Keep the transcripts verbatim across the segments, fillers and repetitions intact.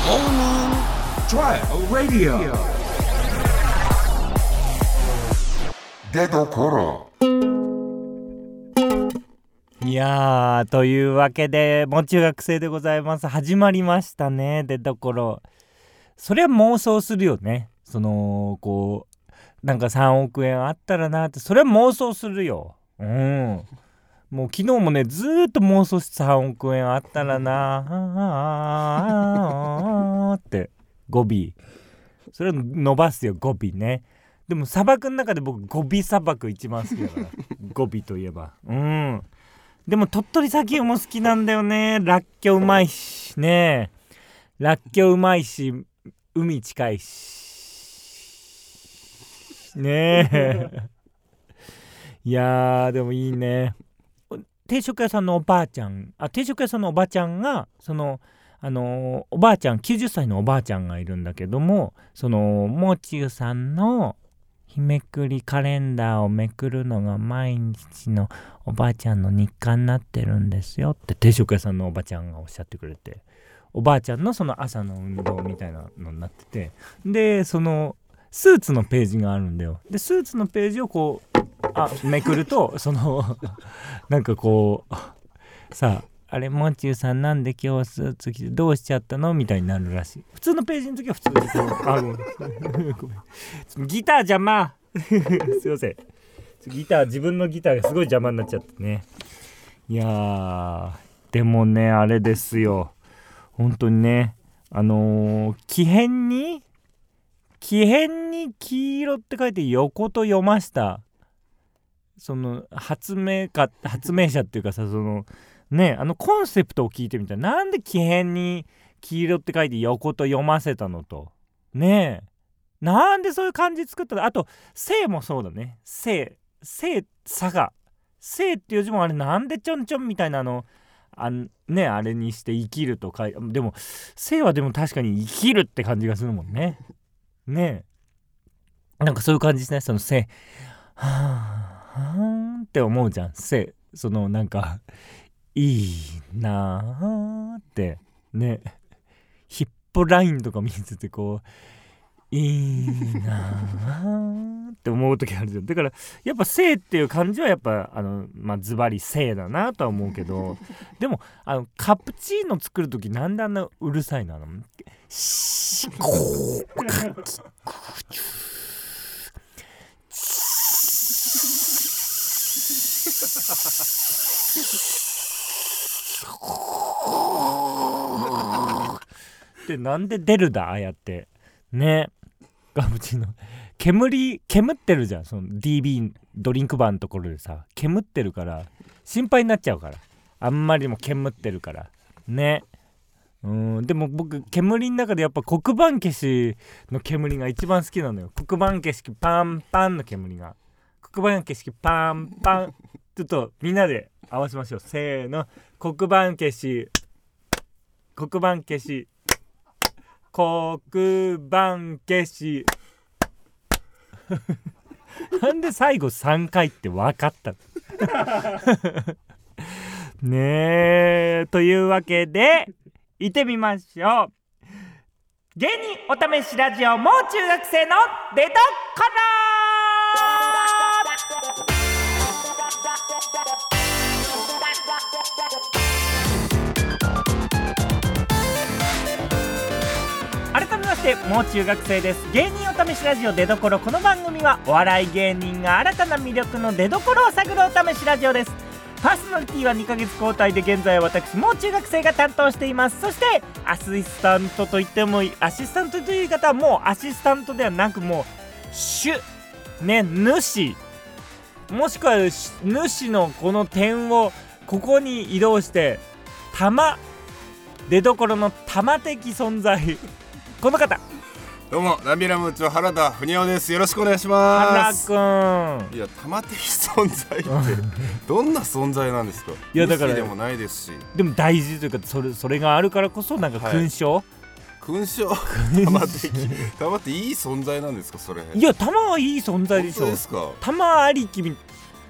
Gaming Trial Radio 出どころ。 いやーというわけでもう中学生でございます。始まりましたね、出どころ。そりゃ妄想するよね。そのこうなんかさんおくえんあったらなって、それは妄想するよ。うんもう昨日もねずーっと妄想してさんおくえんあったらなって語尾それを伸ばすよ、語尾ね。でも砂漠の中で僕語尾砂漠一番好きだから語尾といえばうんでも鳥取砂丘も好きなんだよね。らっきょううまいしね、らっきょううまいし海近いしねえいやーでもいいね。定食屋さんのおばあちゃんあ定食屋さんのおばちゃんがそのあのー、おばあちゃんきゅうじゅっさいのおばあちゃんがいるんだけども、そのもう中さんの日めくりカレンダーをめくるのが毎日のおばあちゃんの日課になってるんですよって定食屋さんのおばちゃんがおっしゃってくれて、おばあちゃんのその朝の運動みたいなのになってて、でそのスーツのページがあるんだよ。でスーツのページをこうあめくるとそのなんかこうさああれもう中さんなんで今日スーツ着てどうしちゃったのみたいになるらしい。普通のページの時は普通にこうあごめんギター邪魔すいません、ギター自分のギターがすごい邪魔になっちゃってね。いやーでもねあれですよ本当にね、あのー、木片に木片に黄色って書いて横と読ました。その発明家発明者っていうかさ、そのねあのコンセプトを聞いてみたら、なんで木片に黄色って書いて横と読ませたのとねえ、なんでそういう漢字作ったの。あと生もそうだね、生生佐賀生っていう字もあれなんでちょんちょんみたいなのあねあれにして生きると書いて、でも生はでも確かに生きるって感じがするもんね。ねえなんかそういう感じですね。その生はぁはーんって思うじゃん。生そのなんかいいなーってね、ヒップラインとか見ててこういいなーって思う時あるじゃん。だからやっぱ生っていう感じはやっぱあのまあズバリ生だなとは思うけどでもあのカプチーノ作る時なんであんなうるさいの、あのシコーってなんで出るだああやってね。カプチーノ煙煙ってるじゃん、その ディービー ドリンクバーのところでさ煙ってるから心配になっちゃうから、あんまりにも煙ってるからね。うんでも僕煙の中でやっぱ黒板消しの煙が一番好きなのよ。黒板消しパンパンの煙が黒板消しパンパンちょっとみんなで合わせましょう。せーの、黒板消し黒板消し黒板消しなんで最後さんかいって分かったねえというわけで行ってみましょう。芸人お試しラジオもう中学生の出どころ。改めましてもう中学生です。芸人お試しラジオ出どころ。この番組はお笑い芸人が新たな魅力の出どころを探るお試しラジオです。パーソナリティはにかげつ交代で現在は私もう中学生が担当しています。そしてアシスタントといってもアシスタントという言い方はもうアシスタントではなくもう主ね主もしくは主のこの点をここに移動して玉出どころの玉的存在この方。 どうもランビラムーチョ原田文雄です。よろしくお願いします。 原くんいや玉的存在ってどんな存在なんですか。 いやだからでもないですし、 でも大事というかそれそれがあるからこそなんか勲章、はい、 勲章玉的玉っていい存在なんですかそれ。 いや玉はいい存在でしょ。 そうですか。 玉ありきみ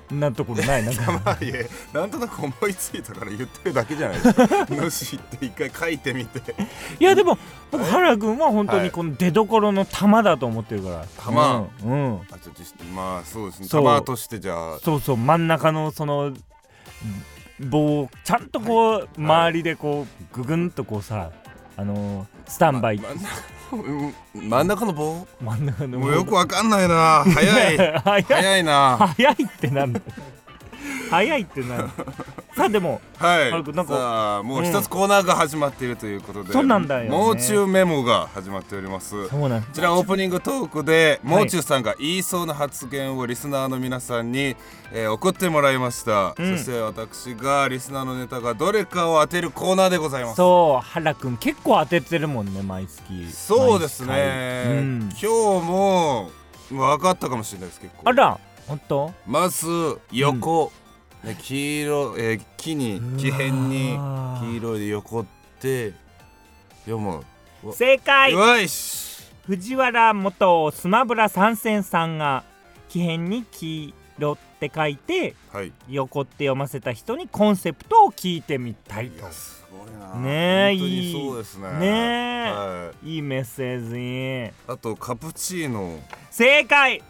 なところないなんかまあいえなんとなく思いついたから言ってるだけじゃないですか主って一回書いてみていやでも僕原君は本当にこの出所の玉だと思ってるから玉、 うん、うん、 あちょっとまあそうですねそう玉としてじゃあそうそう真ん中のその棒をちゃんとこう、はい、周りでこうググンとこうさあのー、スタンバイ、まうん真ん中の棒真ん中の棒もうよくわかんないな早い早い早いな早いってなんだ早いってなんださあでもはいなんかさあもう一つコーナーが始まっているということで、 うん、そうなんだよねもう中メモが始まっております。 そうなんこちらオープニングトークでもう中さんが言いそうな発言をリスナーの皆さんに、えー、送ってもらいました、うん、そして私がリスナーのネタがどれかを当てるコーナーでございます。 そう原くん結構当ててるもんね毎月。 そうですね、うん、今日も分かったかもしれないです結構。 あら本当。 まず横、うんね、黄色、えー、木に木片に黄色いで横って読む。 正解。 よし藤原元スマブラ参戦さんが木片に黄色って書いて、はい、横って読ませた人にコンセプトを聞いてみたいと。 いやすごいなねえいいそうですね。 ねえ、 はい、 いいメッセージ。 あとカプチーノ正解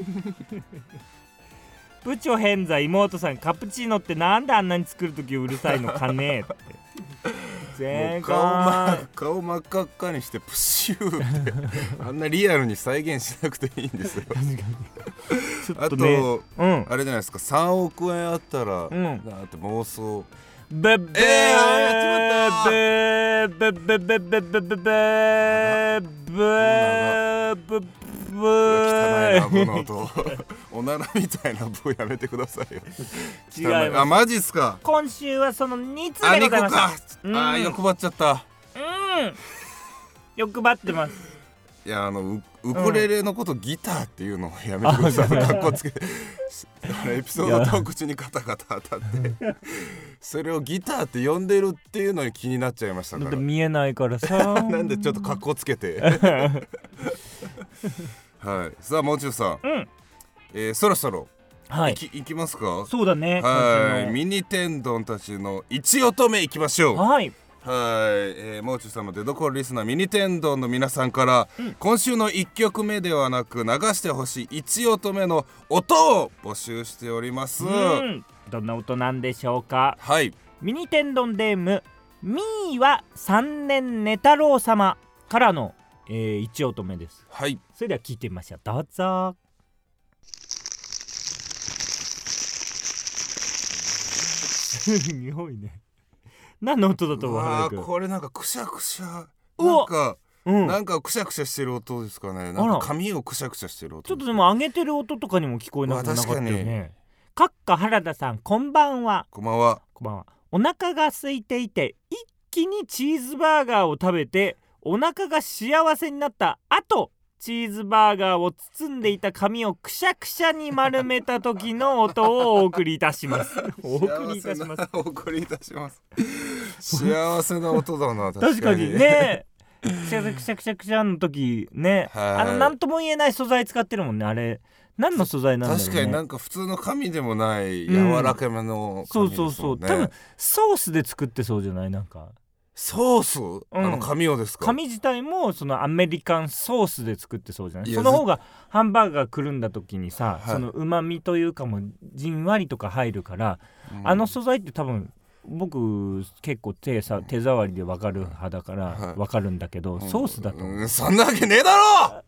部長偏在妹さんカプチーノってなんであんなに作るときうるさいのかねって正解。 顔, ま顔真っ赤っかにしてプシューってあんなリアルに再現しなくていいんですよあと、ねうん、あれじゃないですかさんおくえんあったら、うん、だって妄想べっべーえー、やっちまったべべべべべべべべべべ汚いなブの音おならみたいなブやめてくださいよ違います。 あマジっすか。 今週はそのにつでございました。 あにこか、うん、あ欲張っちゃったうん欲張ってます。 いやあの ウ, ウクレレのことギターっていうのをやめてください、うん、かっこつけてエピソードトーク中にカタカタ当たってそれをギターって呼んでるっていうのに気になっちゃいましたから。 だって見えないからさなんでちょっとかっこつけてはい、さあもう中さん、うんえー、そろそろ、はい、い, きいきますか。 そうだね。 はいミニ天丼たちの一乙女いきましょう。 はいはい、えー、もう中さんの出所リスナーミニ天丼の皆さんから、うん、今週のいっきょくめではなく流してほしい一乙女の音を募集しております。 うんどんな音なんでしょうか。 はいミニ天丼デームミーは三年寝太郎様からのえー、一乙女です。 はい。 それでは聞いてみましょう。どうぞ。すごいね。何の音だと思う？ あこれなんかくしゃくしゃなんか、うん、なんかくしゃくしゃしてる音ですかね。なんか髪をくしゃくしゃしてる音。 ちょっとでも上げてる音とかにも聞こえなくなかったよね。かっか原田さんこんばんは。 こんばんは。 こんばんは。お腹が空いていて一気にチーズバーガーを食べてお腹が幸せになった後チーズバーガーを包んでいた紙をくしゃくしゃに丸めた時の音をお送りいたしますお送りいたしますお送りいたします幸せな音だな。確かに、 確かにねくしゃくしゃくしゃくしゃの時ね、あの何とも言えない素材使ってるもんね。あれ何の素材なんだろうね。 確かになんか普通の紙でもない柔らかめの紙ですもんね、うん、そうそうそう多分ソースで作ってそうじゃない。なんかソース、うん、あの紙をですか。 紙自体もそのアメリカンソースで作ってそうじゃない。その方がハンバーガーくるんだ時にさ、はい、その旨味というかもじんわりとか入るから、うん、あの素材って多分僕結構 手, さ手触りで分かる派だから分かるんだけど、はい、ソースだと、 うん、そんなわけねえだろ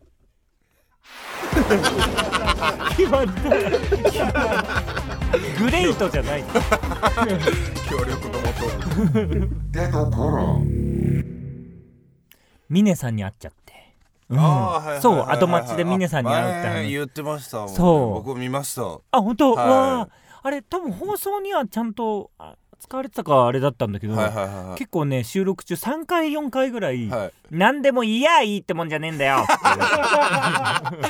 決まったグレートじゃない協力のもと出所峰さんに会っちゃって、うん、そう後待ちで峰さんに会うって話言ってましたもん、ね、 そう僕見ました。 あ本当、はい、わあれ多分放送にはちゃんと使われてたかあれだったんだけど、はいはいはいはい、結構ね収録中さんかいよんかいぐらい、はい、何でもいやいいってもんじゃねえんだよって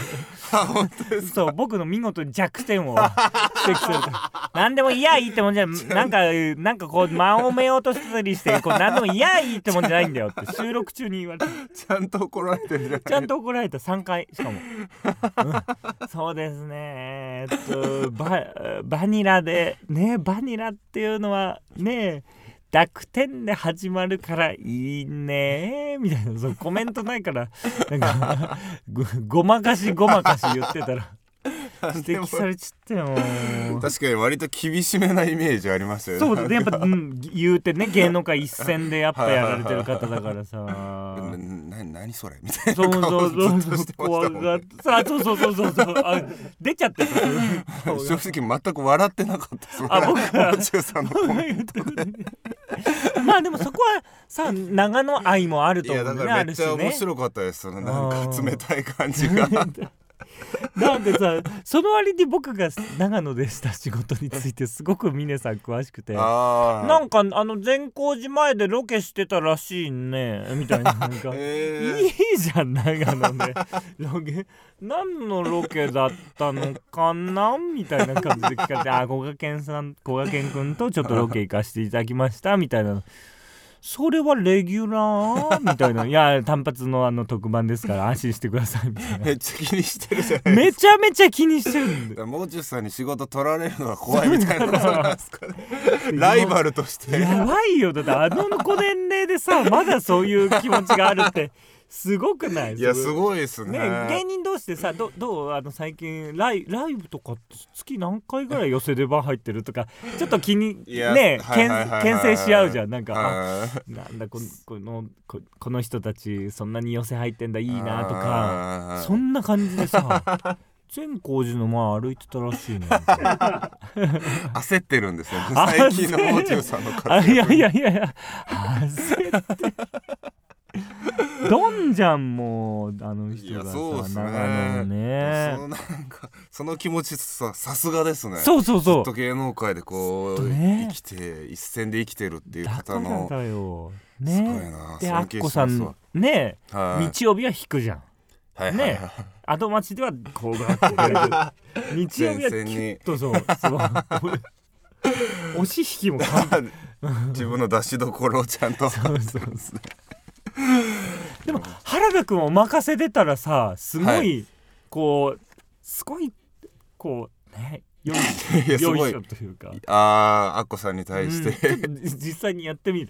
そう僕の見事に弱点を指摘された。何でもいやいいってもんじゃなんかなんかこう間を埋めようとしたりしてこう何でもいやいいってもんじゃないんだよって収録中に言われた。 ちゃんと怒られてるじゃない。 ちゃんと怒られたさんかいしかも、うん、そうですねえっと バ, バニラでねバニラっていうのはね濁点で始まるからいいねみたいなそうコメントないからなんか ご, ごまかしごまかし言ってたら指摘されちゃったよ。 確かに割と厳しめなイメージありましたよね。 そうだやっぱ、うん、言うてね芸能界一線でやっぱやられてる方だからさな, な何それみたいそうな顔そうずっとしてましたもんね。 さそうそうそうそうそうあ出ちゃってた正直全く笑ってなかったです。 あ僕はもちゅうさんのコメントまあでもそこはさ長野愛もあるとい思うんだね。 やだからめっちゃ面白かったです。なんか冷たい感じがなんでさその割に僕が長野でした仕事についてすごく峰さん詳しくてあなんかあの善光寺前でロケしてたらしいねみたいななんか、 えー、 いいじゃん長野でロケ何のロケだったのかなみたいな感じで聞かれてあこがけんさんこがけんくんとちょっとロケ行かせていただきましたみたいな。それはレギュラーみたいないや単発のあの特番ですから安心してくださいみたいなめっちゃ気にしてるじゃないですか。 めちゃめちゃ気にしてるんでもう中さんに仕事取られるのが怖いみたいなことなんですかねライバルとしてやばいよだってあの子年齢でさまだそういう気持ちがあるってすごくない？ いやすごいですね。 ね芸人同士でさどどうあの最近ライライブとか月何回ぐらい寄せ出番入ってるとかちょっと気にね牽制し合うじゃんなんかあなんだこのこのここの人たちそんなに寄せ入ってんだいいなとかそんな感じでさ善光寺の前歩いてたらしいね焦ってるんですよ最近のもう中さんの活躍。 いやいやいやいや焦ってどんじゃんもうあの人がさそうですね長野のねそのなんかその気持ちささすがですね。 そうそうそうずっと芸能界でこう、 ね、 生きて一線で生きてるっていう方のだからだよ、ね、 すごいな。 でアッコさんね、はい、日曜日は弾くじゃん、 はいね、はいはい、アド町ではこうがって日曜日はキュッとそうそう押し引きも自分の出しどころをちゃんとそうそうそうでも原田くんお任せ出たらさすごい、はい、こうすごいこうねよいしょというかあーアッコさんに対して、 うん、実際にやってみる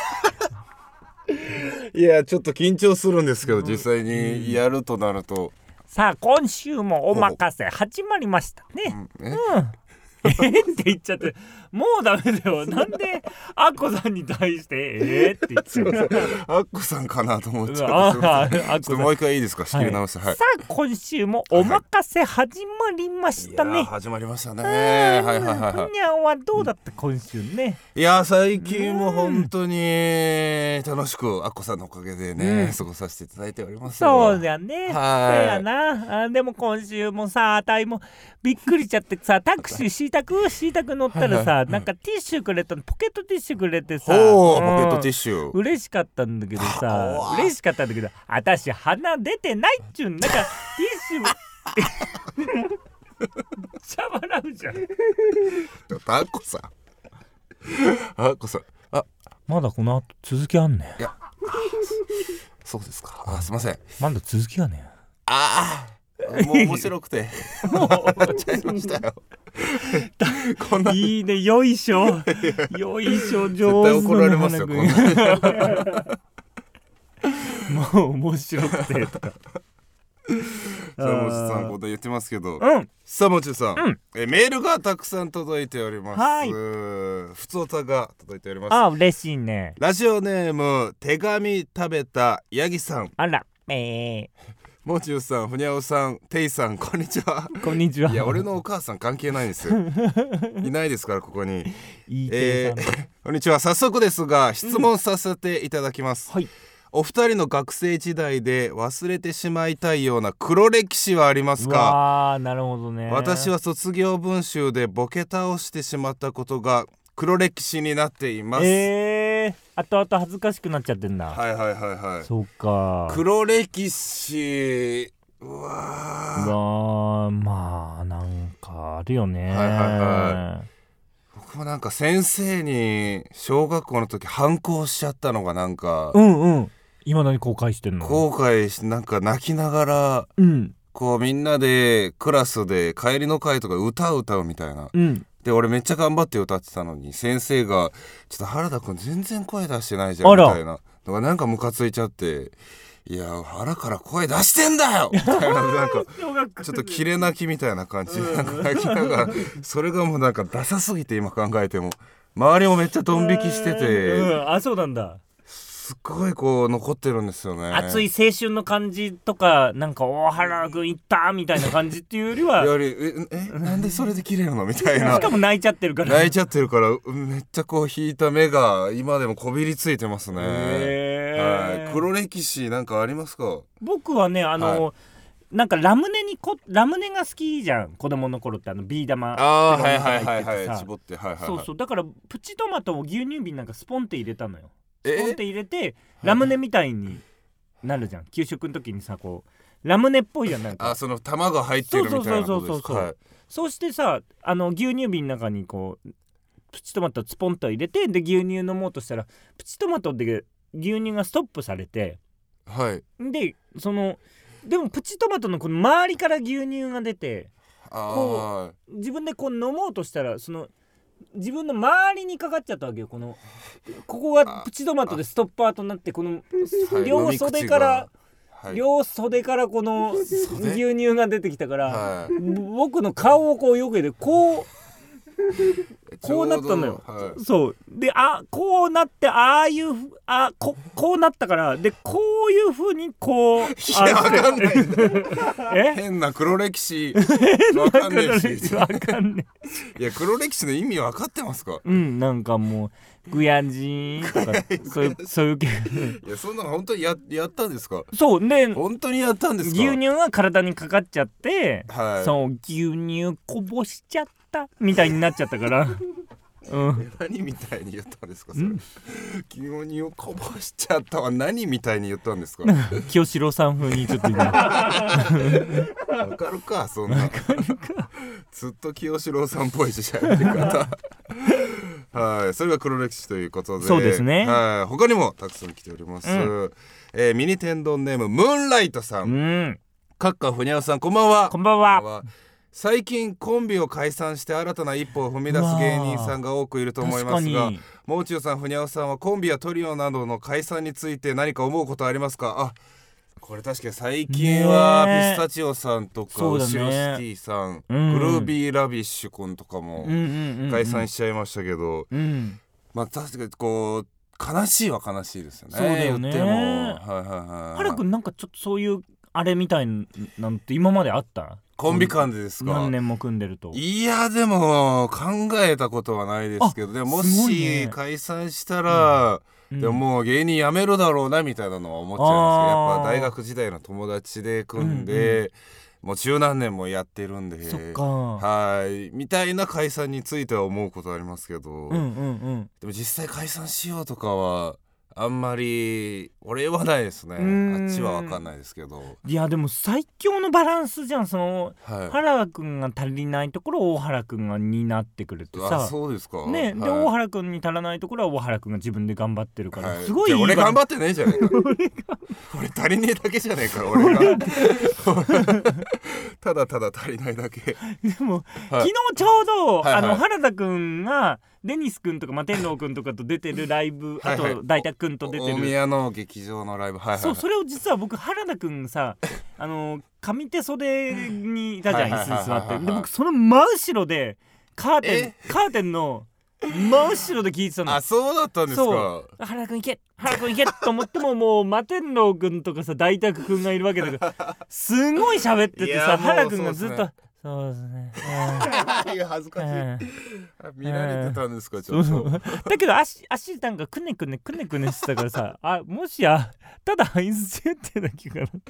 いやちょっと緊張するんですけど、うん、実際にやるとなると、うん、 さあ今週もお任せ始まりましたね、うん、うんえー、って言っちゃってもうダメだよ。なんでアッコさんに対してえー、って言っちゃうアッコさんかなと思っちゃう。ちょっともう一回いいですか仕切り直して、はいはい、 さあ今週もお任せ始まりましたね、 はい、いや始まりましたね。はいはいはいはい。 ふにゃんはどうだった今週ね。 いや最近も本当に楽しくアッコさんのおかげでね、うん、過ごさせていただいておりますよ。 そうだね。はい。そうやな。あでも今週もさあたいもびっくりしちゃってさタクシーシータクシータク乗ったらさ、はいはい、なんかティッシュくれたのポケットティッシュくれてさ、 おー、うん、ポケットティッシュ嬉しかったんだけどさ嬉しかったんだけど私鼻出てないっちゅうんなんかティッシュもしゃばらうじゃん。 ちょっとアッコさんアッコさんあまだこの後続きあんねん。 いやそうですか。あすいませんまだ続きがねああもう面白くてもう終わっちゃいましたよこんないいねよいしょよいしょ上手。 絶対怒られますよこんなもう面白くてとかさあもちさんこと言ってますけど、 うん、 さあもちさん、 うん、 えメールがたくさん届いております。 はい、 ふつおたが届いております。 あ嬉しいね。 ラジオネーム手紙食べたヤギさん。 あらえーもちゅうさん、ふにゃおさん、ていさん、こんにちは。 こんにちは。 いや、俺のお母さん関係ないんですよ。いないですからここに。 いいえー、こんにちは。早速ですが質問させていただきます。 うん、はい。 お二人の学生時代で忘れてしまいたいような黒歴史はありますか？ わー、なるほどね。 私は卒業文集でボケ倒してしまったことが黒歴史になっています。 えー、後々恥ずかしくなっちゃってんだ。 はいはいはいはい。 そうか。 黒歴史ううわーわーまあなんかあるよね、 はいはいはい。僕もなんか先生に小学校の時反抗しちゃったのがなんかうんうん。今何後悔してんの？ 後悔してなんか泣きながらうんこうみんなでクラスで帰りの会とか歌を歌うみたいな。 うんで俺めっちゃ頑張って歌ってたのに先生がちょっと原田くん全然声出してないじゃんあらみたいなのがなんかムカついちゃって、いや腹から声出してんだよみたいななんかちょっと切れ泣きみたいな感じでなんか泣きながらそれがもうなんかダサすぎて今考えても周りもめっちゃドン引きしてうてん、あそうなんだ。 すっごいこう残ってるんですよね。 熱い青春の感じとかなんか大原君行ったみたいな感じっていうよりはよりええなんでそれで切れるのみたいなしかも泣いちゃってるから泣いちゃってるからめっちゃこう引いた目が今でもこびりついてますね。 へーはい、黒歴史なんかありますか？ 僕はねあの、 はなんかラムネにこラムネが好きじゃん子供の頃ってあのビー玉あーペロンはいと入っててさはいはいはい絞ってはいはいはいそうそうだからプチトマトを牛乳瓶なんかスポンって入れたのよ。 えスポンって入れてラムネみたいになるじゃん給食の時にさこうラムネっぽいじゃんなんかあその卵入ってるみたいなことですか？ そうそうそうそうそうはいそうしてさあの牛乳瓶の中にこうプチトマトをスポンと入れてで牛乳飲もうとしたらプチトマトで牛乳がストップされてはいでそのでもプチトマトのこの周りから牛乳が出てあ自分でこう飲もうとしたらその自分の周りにかかっちゃったわけよ。このここがプチトマトでストッパーとなってこのはい両袖からはい両袖からこの牛乳が出てきたからはい僕の顔をこうよけてこうこうなったのよ、 はい、 そうであこうなってああいうあここうなったからでこういう風にこういやわかんないんだえ変な黒歴史わかんないしわかんねいや黒歴史の意味分かってますか？ うんなんかもうグヤンジーとかそういうそういう系いやそんなの本当に や, やったんですか？ そうで本当にやったんですか？ 牛乳が体にかかっちゃって、 はい、 そう牛乳こぼしちゃったみたいになっちゃったからうん、 何みたいに言ったんですかそれ牛乳をこぼしちゃったは何みたいに言ったんですか？ 清志郎さん風にちょっと今わかるかそんなずっと清志郎さんっぽいしゃべり方はいそれが黒歴史ということでそうですねはい他にもたくさん来ております、うんえー、ミニ天丼ネームムーンライトさん、 うん、 カッカふにゃおさんこんばんは。 こんばんは。 最近コンビを解散して新たな一歩を踏み出す芸人さんが多くいると思いますがもう中さんふにゃおさんはコンビやトリオなどの解散について何か思うことありますか？あこれ確かに最近はピスタチオさんとか後ろシティさん、うん、グルービーラビッシュ君とかも解散しちゃいましたけど、うんうん、まあ確かにこう悲しいは悲しいですよね。 そうだよね。 言ってもはいはいはい。 原くんなんかちょっとそういうあれみたいなんて今まであった？ コンビ間でですか？ 何年も組んでると。 いやでも考えたことはないですけどでももし解散したら、うん、でももう芸人辞めるだろうなみたいなのは思っちゃいますけどやっぱ大学時代の友達で組んで、うんうんもう十何年もやってるんでそっかはいみたいな解散については思うことありますけど、 うんうんうん、 でも実際解散しようとかはあんまり俺はないですね。あっちは分かんないですけどいやでも最強のバランスじゃんその、はい、原くんが足りないところを大原くんが担ってくれてさあそうですかね、はい、で大原くんに足らないところは大原くんが自分で頑張ってるから、はい、すごいいい俺頑張ってねえじゃねえか俺足りねえだけじゃねえか俺がただただ足りないだけでも、はい、昨日ちょうど、はいはい、あの原田くんがデニスくんとか、まあ、天童くんとかと出てるライブあと大田くんと出てる大宮の劇場のライブ、はいはいはい、 そうそれを実は僕原田くんさあの上手袖にいたじゃん椅子に座ってで僕その真後ろでカーテンカーテンの真後ろで聞いてたの。 あそうだったんですか。そう原田くん行け原田くん行けと思ってももう摩天楼くんとかさ大田くんがいるわけだからすごい喋っててさ原田くんがずっとそうですね。 いや恥ずかしい、えー、見られてたんですかちょっと。 だけど足足なんかくねくねくねくねしてたからさあもしやただ相槌打ってるだけかなとか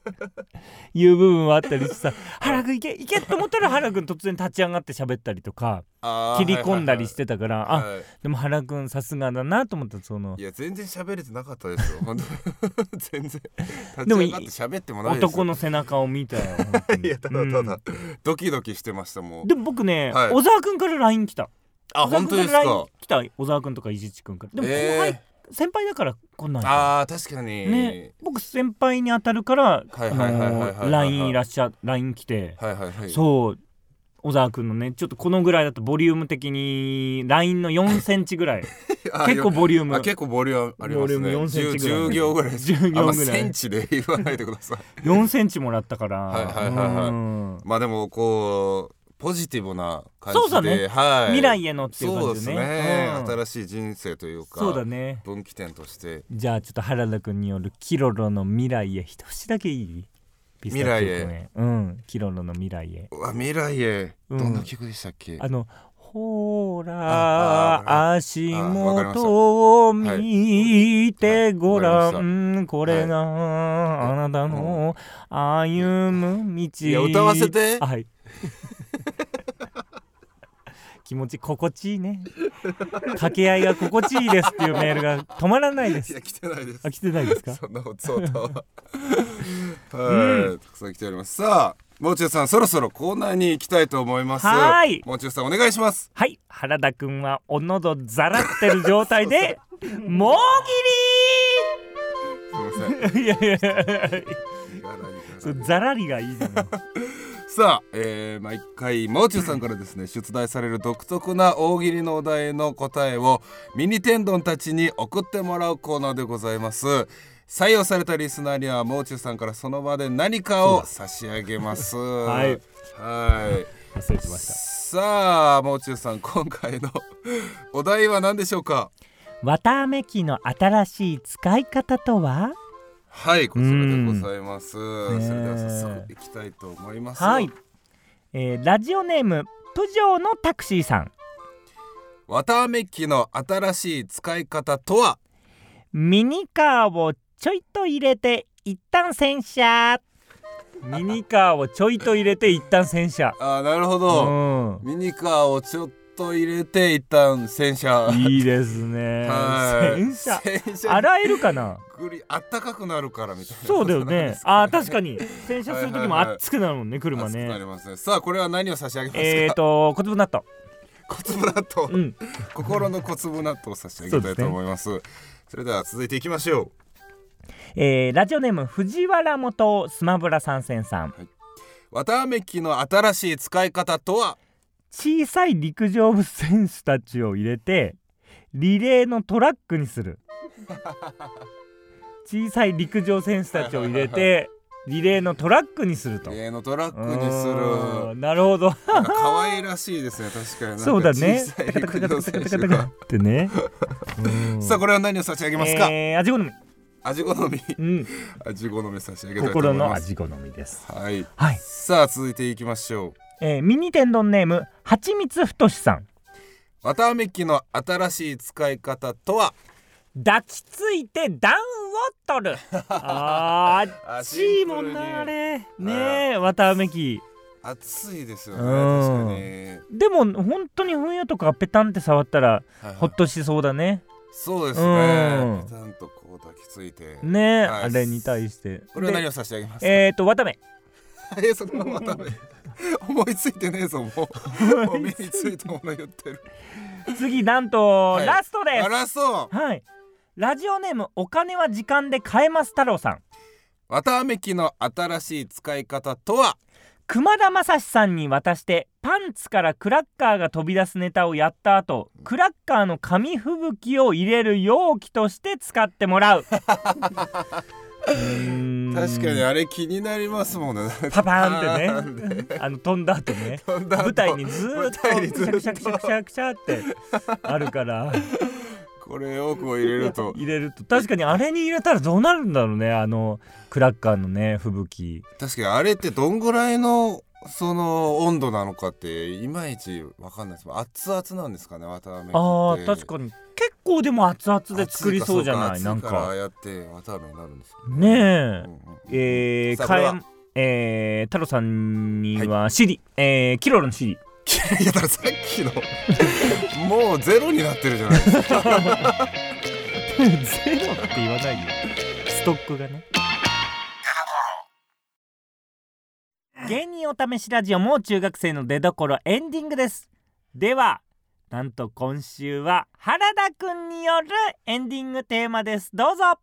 いう部分はあったりしてさ、原くんいけいけと思ったら原くん突然立ち上がって喋ったりとか切り込んだりしてたから、 はいはいはい、 あでも原くんさすがだなと思った。そのいや全然喋れてなかったですよ本当全然立ち上がって喋ってもないですよ。 男の背中を見たよいやただただ、うん、ドキドキしてましたもん。 でも僕ね、 はい、 小沢くんから ライン 来た。 あ本当ですか。 ライン 来た小沢くんとか伊地知くんから。でも後輩、えー、先輩だから来ない。 あー確かに、 ね、僕先輩に当たるから ライン いらっしゃ ライン 来て、 はいはいはい、 そう小沢くんのねちょっとこのぐらいだとボリューム的に ライン のよんセンチぐらい結構ボリュームあ結構ボリュームありますね。ボリュームよんセンチぐらい、じゅう行ぐらいじゅう行ぐらい、 センチで言わないでくださいよんセンチもらったからはいはいはいはい、うん、まあでもこうポジティブな感じで、 そうだね、はい、未来へのっていう感じでね。 そうですね、うん、新しい人生というか、 そうだね、 分岐点として。 じゃあちょっと原田くんによるキロロの未来へ一節だけいい？ 未来へ、 うん、キロロの未来へ。 うわ未来へ、うん、どんな曲でしたっけ？ あのほら足元を見てごらん、はい、これがあなたの歩む道。 いや歌わせて。 はい気持ち心地いいね掛け合いが心地いいですっていうメールが止まらないです。 いや来てないです。 あ来てないですか？ そんなことははい、うん、たくさん来ております。さあもう中さんそろそろコーナーに行きたいと思います。はい、もう中さんお願いします。 はい、原田くんはお喉ざらってる状態でもうぎりーすいませんいやいやいやざらりがいいじゃないさあ、えー、毎回もう中さんからですね出題される独特な大喜利のお題の答えをミニ天丼たちに送ってもらうコーナーでございます。採用されたリスナーにはもう中さんからその場で何かを差し上げますはいはい失礼しました。 さあもう中さん今回のお題は何でしょうか？ 綿あめ機の新しい使い方とは？ はいこちらでございます。それでは早速いきたいと思います。 はい、えー、ラジオネームプジョーのタクシーさん。 綿あめ機の新しい使い方とは？ ミニカーをちょいと入れて一旦洗車。ミニカーをちょいと入れて一旦洗車あーなるほど、うん、ミニカーをちょっと入れて一旦洗車。 いいですね洗車洗車洗えるかな。 あったかくなるからみたいな。 そうだよね。あ確かに洗車する時も熱くなるもんね、車ね。 熱くなりますね。さあこれは何を差し上げますか？ えーと小粒納豆。 小粒納豆、うん、心の小粒納豆を差し上げたいと思います。 そ, す、ね、それでは続いていきましょう。 えー、ラジオネーム藤原元スマブラ参戦さん、はい、 綿あめ機の新しい使い方とは？ 小さい陸上部選手たちを入れてリレーのトラックにする小さい陸上選手たちを入れてリレーのトラックにすると。 リレーのトラックにする。 なるほど。 可愛らしいですね。確かになんかそうだね。 小さい陸上選手がってね。 さあこれは何を差し上げますか？ えー、味好み。 味好み、うん、味好み差し上げたいと思います。 心の味好みです。 はい、 はい、 さあ続いていきましょう。 えー、ミニ天丼ネームはちみつふとしさん。 綿あめ機の新しい使い方とは？ 抱きついて暖を取るあー暑いもんなあれねえ綿あめ機暑いですよね。確かに。 でも本当に冬とかペタンって触ったら、はいはい、ほっとしそうだね。 そうですね。ペタンとこう抱きついてね、はい、あれに対してこれは何を差し上げますか？ えーと綿あめえその綿あめ思いついてねえぞもうもう目についたもの言ってる次なんと、はい、ラストです。 ラスト、 はい、ラジオネームお金は時間で買えます太郎さん。 綿あめ機の新しい使い方とは？ 熊田正史さんに渡してパンツからクラッカーが飛び出すネタをやった後、クラッカーの紙吹雪を入れる容器として使ってもらううーん確かにあれ気になりますもんね。 パパーンってねあの飛んだ後ね舞台にずーっとクシャクシャクシャクシャクシャってあるからこれをこう入れると入れると確かにあれに入れたらどうなるんだろうね。あのクラッカーのね吹雪。 確かにあれってどんぐらいのその温度なのかっていまいちわかんないです。熱々なんですかね、わたあめって。 あー確かに結構でも熱々で作りそうじゃない。なん熱いからああかやってわたあめになるんですよねえ、 うんうんえー、 さあこれはかやえー、太郎さんにはシリ、えー、キロロのシリいやだからさっきのもうゼロになってるじゃないですかゼロって言わないよ、ストックがね。芸人お試しラジオもう中学生の出所エンディングです。ではなんと今週は原田くんによるエンディングテーマです。どうぞ。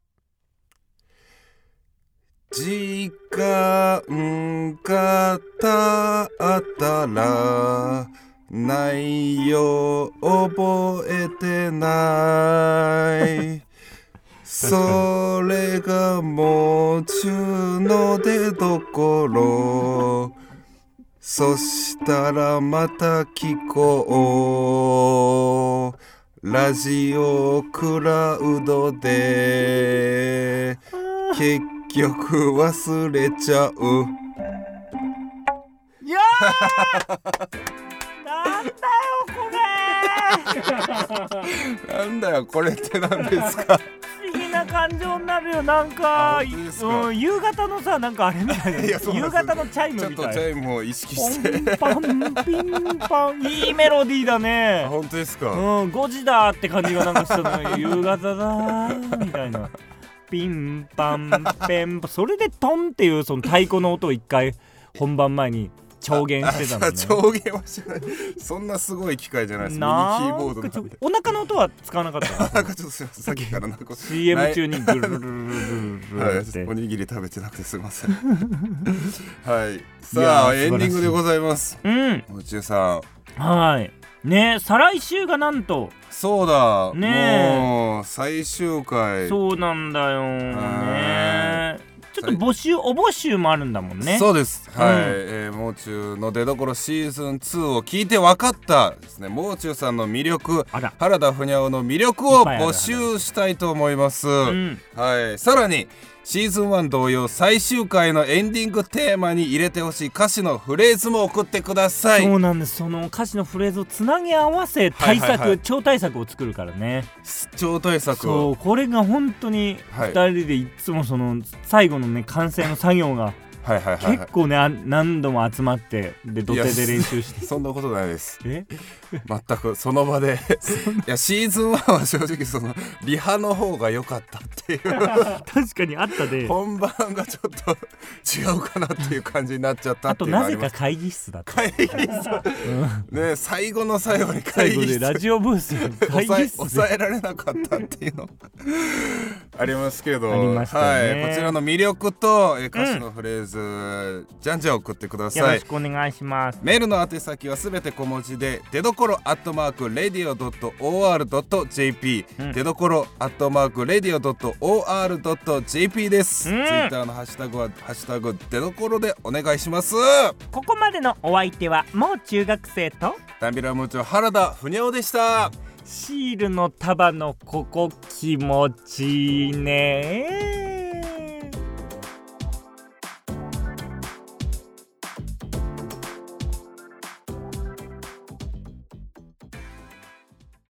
時間が経ったら内容覚えてないそれがもう中の出所そしたらまた聞こうラジオクラウドで結局忘れちゃう。 いやなんだよこれなんだよこれって何ですか。 不思議な感情になるよ。なんか、うん、夕方のさ、なんかあれみたいな夕方のチャイムみたいな。 ちょっとチャイムを意識してパンパンピンパンいいメロディーだね。 本当ですか。 うん、ごじだって感じがなんかしたの夕方だみたいなピンパンペンそれでトンっていうその太鼓の音を一回本番前に調弦してたのね。 調弦はしないそんなすごい機械じゃないです。ミニキーボードなんでお腹の音は使わなかったなんかちょっとすいませんさっきからなんかシーエム 中にグルルルルルルルっておにぎり食べてなくてすいませんはいさあエンディングでございます。 うん宇宙さんはいねえ再来週がなんとそうだねえもう最終回そうなんだよね。ちょっと募集お募集もあるんだもんね。 そうですはい、 うんえー、もう中の出所シーズンツーを聞いて分かったですねもう中さんの魅力あら原田ふにゃおの魅力を募集したいと思います、 うんはいさらにシーズンワン同様最終回のエンディングテーマに入れてほしい歌詞のフレーズも送ってください。 そうなんです。その歌詞のフレーズをつなぎ合わせ対策、 はいはいはい超大作を作るからね。 超大作をそうこれが本当にはいふたりでいつもその最後のね完成の作業がはいはいはい、 結構ねあ何度も集まってで土手で練習してそんなことないですえ全くその場でいやシーズンワンは正直そのリハの方が良かったっていう確かにあったで本番がちょっと違うかなっていう感じになっちゃったあとっていうのがなぜかあります。 会議室だった会議室ね最後の最後に会最後議室でラジオブースで会抑え議室で抑えられなかったっていうのありますけどありましたねはい、こちらの魅力とえ歌詞のフレーズ、じゃんじゃん送ってくだよさい。 ろしくお願いします。 メールの宛先はすべて小文字で出どころアットマークレディオドットオーアールドットジェーピー、出どころアットマークレディオドットオーアールドットジェーピーです、 うん、 ツイッターのハッシュタグはハッシュタグ出どころでお願いします。 ここまでのお相手はもう中学生とダンビラムーチョ原田ふにゃおでした。 シールの束のここ気持ちいいね。